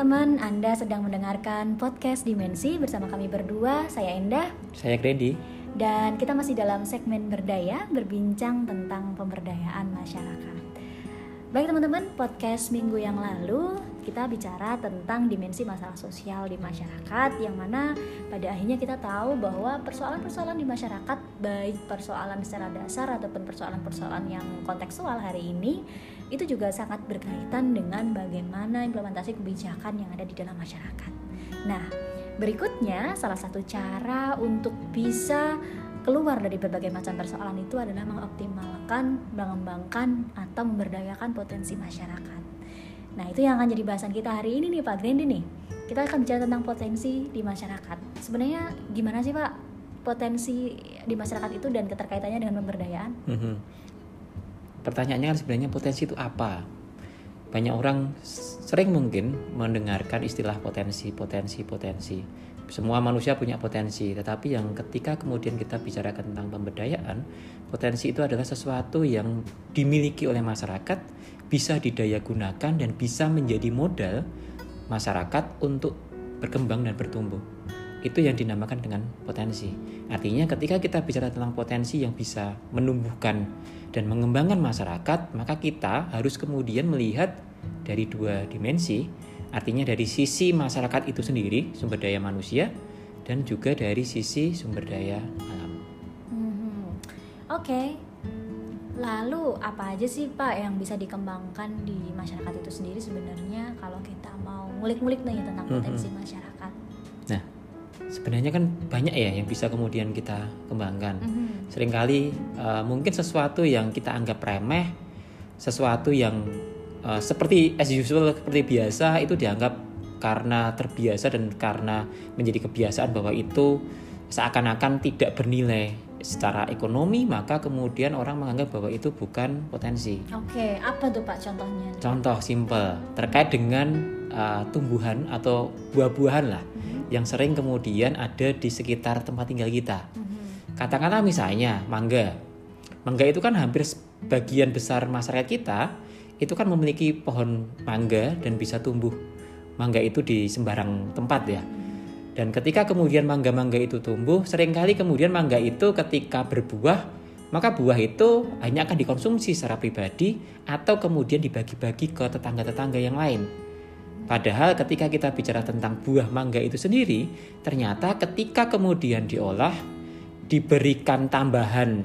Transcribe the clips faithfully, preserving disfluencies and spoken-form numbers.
teman-teman, Anda sedang mendengarkan podcast Dimensi bersama kami berdua, saya Endah, saya Gredi, dan kita masih dalam segmen berdaya, berbincang tentang pemberdayaan masyarakat. Baik teman-teman, podcast minggu yang lalu kita bicara tentang dimensi masalah sosial di masyarakat, yang mana pada akhirnya kita tahu bahwa persoalan-persoalan di masyarakat, baik persoalan secara dasar ataupun persoalan-persoalan yang kontekstual hari ini, itu juga sangat berkaitan dengan bagaimana implementasi kebijakan yang ada di dalam masyarakat. Nah, berikutnya salah satu cara untuk bisa keluar dari berbagai macam persoalan itu adalah mengoptimalkan, mengembangkan, atau memberdayakan potensi masyarakat. Nah, itu yang akan jadi bahasan kita hari ini nih Pak Grendi nih. Kita akan bicara tentang potensi di masyarakat. Sebenarnya gimana sih Pak potensi di masyarakat itu dan keterkaitannya dengan pemberdayaan? Mm-hmm. Pertanyaannya kan sebenarnya potensi itu apa? Banyak orang sering mungkin mendengarkan istilah potensi, potensi, potensi. Semua manusia punya potensi, tetapi yang ketika kemudian kita bicara tentang pemberdayaan, potensi itu adalah sesuatu yang dimiliki oleh masyarakat, bisa didayagunakan dan bisa menjadi modal masyarakat untuk berkembang dan bertumbuh. Itu yang dinamakan dengan potensi. Artinya ketika kita bicara tentang potensi yang bisa menumbuhkan dan mengembangkan masyarakat, maka kita harus kemudian melihat dari dua dimensi. Artinya dari sisi masyarakat itu sendiri, sumber daya manusia, dan juga dari sisi sumber daya alam. Hmm, Oke, okay. Lalu apa aja sih Pak yang bisa dikembangkan di masyarakat itu sendiri sebenarnya kalau kita mau ngulik-ngulik nih tentang potensi hmm. masyarakat? Nah, sebenarnya kan banyak ya yang bisa kemudian kita kembangkan. Mm-hmm. Seringkali uh, mungkin sesuatu yang kita anggap remeh, sesuatu yang uh, seperti as usual, seperti biasa, itu dianggap karena terbiasa dan karena menjadi kebiasaan bahwa itu seakan-akan tidak bernilai secara ekonomi, maka kemudian orang menganggap bahwa itu bukan potensi. Oke, apa tuh Pak contohnya? Contoh simpel terkait dengan uh, tumbuhan atau buah-buahan lah. Mm-hmm. yang sering kemudian ada di sekitar tempat tinggal kita. Mm-hmm. Katakanlah misalnya mangga. Mangga itu kan hampir sebagian besar masyarakat kita itu kan memiliki pohon mangga dan bisa tumbuh mangga itu di sembarang tempat ya. Dan ketika kemudian mangga-mangga itu tumbuh, seringkali kemudian mangga itu ketika berbuah, maka buah itu hanya akan dikonsumsi secara pribadi atau kemudian dibagi-bagi ke tetangga-tetangga yang lain. Padahal ketika kita bicara tentang buah mangga itu sendiri, ternyata ketika kemudian diolah, diberikan tambahan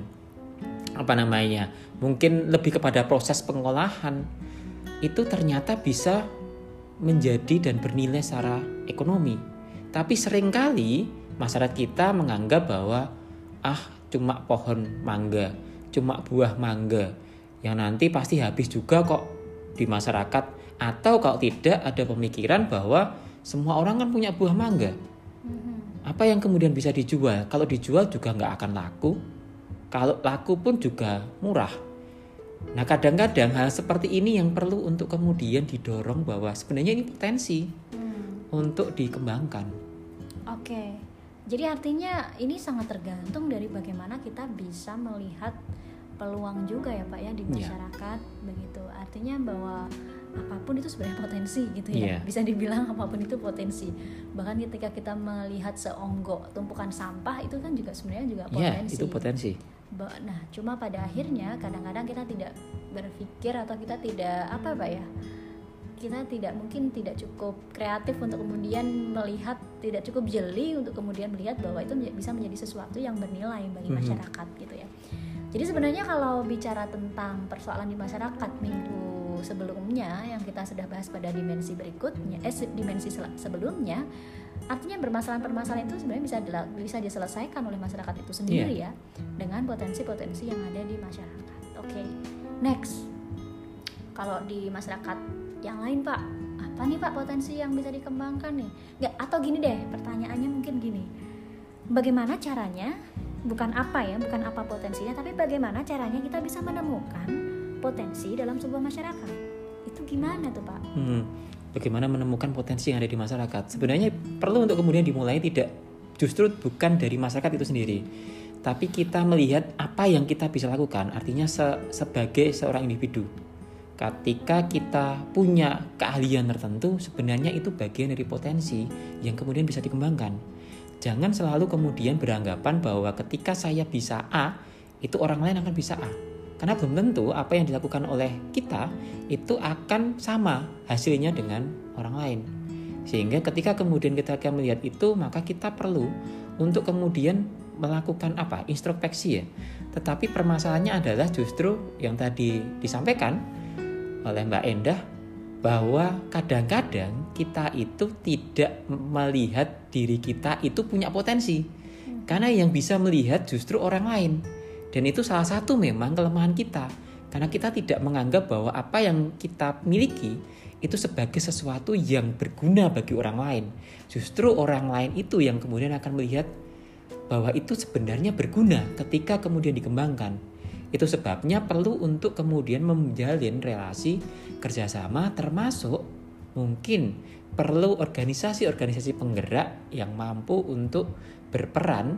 apa namanya, mungkin lebih kepada proses pengolahan, itu ternyata bisa menjadi dan bernilai secara ekonomi. Tapi seringkali masyarakat kita menganggap bahwa ah cuma pohon mangga, cuma buah mangga, yang nanti pasti habis juga kok di masyarakat. Atau kalau tidak ada pemikiran bahwa semua orang kan punya buah mangga. Apa yang kemudian bisa dijual? Kalau dijual juga nggak akan laku. Kalau laku pun juga murah. Nah kadang-kadang hal seperti ini yang perlu untuk kemudian didorong bahwa sebenarnya ini potensi hmm. untuk dikembangkan. Oke, jadi artinya ini sangat tergantung dari bagaimana kita bisa melihat peluang juga ya Pak ya di masyarakat ya. Begitu. Artinya bahwa apapun itu sebenarnya potensi gitu ya. Yeah. Bisa dibilang apapun itu potensi. Bahkan ketika kita melihat seonggok tumpukan sampah itu kan juga sebenarnya juga potensi. Yeah, itu potensi. Nah, cuma pada akhirnya kadang-kadang kita tidak berpikir atau kita tidak apa Pak ya? Kita tidak mungkin tidak cukup kreatif untuk kemudian melihat, tidak cukup jeli untuk kemudian melihat bahwa itu bisa menjadi sesuatu yang bernilai bagi masyarakat mm-hmm. gitu ya. Jadi sebenarnya kalau bicara tentang persoalan di masyarakat minggu sebelumnya yang kita sudah bahas pada dimensi berikutnya, eh dimensi sebelumnya, artinya permasalahan-permasalahan itu sebenarnya bisa bisa diselesaikan oleh masyarakat itu sendiri yeah. ya, dengan potensi-potensi yang ada di masyarakat. Oke, okay. Next, kalau di masyarakat yang lain Pak, apa nih Pak potensi yang bisa dikembangkan nih? Nggak, atau gini deh, pertanyaannya mungkin gini, bagaimana caranya? Bukan apa ya, bukan apa potensinya, tapi bagaimana caranya kita bisa menemukan potensi dalam sebuah masyarakat. Itu gimana tuh Pak? Hmm, bagaimana menemukan potensi yang ada di masyarakat? Sebenarnya perlu untuk kemudian dimulai tidak justru bukan dari masyarakat itu sendiri, tapi kita melihat apa yang kita bisa lakukan. Artinya se- sebagai seorang individu. ketika kita punya keahlian tertentu, sebenarnya itu bagian dari potensi yang kemudian bisa dikembangkan. Jangan selalu kemudian beranggapan bahwa ketika saya bisa A, itu orang lain akan bisa A. Karena belum tentu apa yang dilakukan oleh kita itu akan sama hasilnya dengan orang lain. Sehingga ketika kemudian kita akan melihat itu, maka kita perlu untuk kemudian melakukan apa? Introspeksi ya. Tetapi permasalahannya adalah justru yang tadi disampaikan oleh Mbak Endah, bahwa kadang-kadang kita itu tidak melihat diri kita itu punya potensi, hmm. karena yang bisa melihat justru orang lain, dan itu salah satu memang kelemahan kita, karena kita tidak menganggap bahwa apa yang kita miliki itu sebagai sesuatu yang berguna bagi orang lain. Justru orang lain itu yang kemudian akan melihat bahwa itu sebenarnya berguna ketika kemudian dikembangkan. Itu sebabnya perlu untuk kemudian menjalin relasi kerjasama, termasuk mungkin perlu organisasi-organisasi penggerak yang mampu untuk berperan,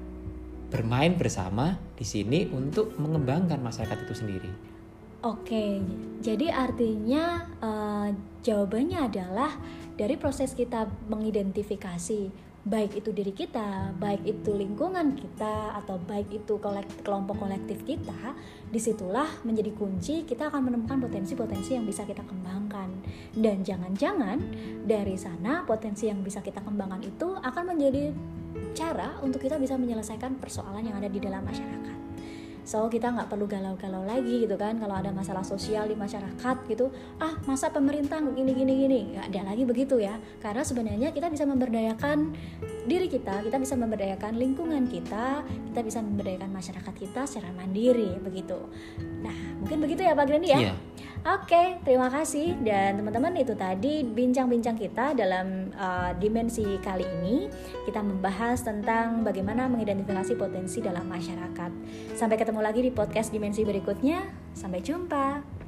bermain bersama di sini untuk mengembangkan masyarakat itu sendiri. Oke, jadi artinya uh, jawabannya adalah dari proses kita mengidentifikasi baik itu diri kita, baik itu lingkungan kita, atau baik itu kolektif, kelompok kolektif kita, disitulah menjadi kunci kita akan menemukan potensi-potensi yang bisa kita kembangkan. Dan jangan-jangan dari sana potensi yang bisa kita kembangkan itu akan menjadi cara untuk kita bisa menyelesaikan persoalan yang ada di dalam masyarakat. So kita nggak perlu galau-galau lagi gitu kan, kalau ada masalah sosial di masyarakat gitu, ah masa pemerintah gini gini gini, nggak ada lagi begitu ya. Karena sebenarnya kita bisa memberdayakan diri kita, kita bisa memberdayakan lingkungan kita, kita bisa memberdayakan masyarakat kita secara mandiri begitu. Nah mungkin begitu ya Pak Grandi ya. Yeah. Oke, terima kasih. Dan teman-teman, itu tadi bincang-bincang kita dalam uh, dimensi kali ini. Kita membahas tentang bagaimana mengidentifikasi potensi dalam masyarakat. Sampai ketemu lagi di podcast dimensi berikutnya. Sampai jumpa.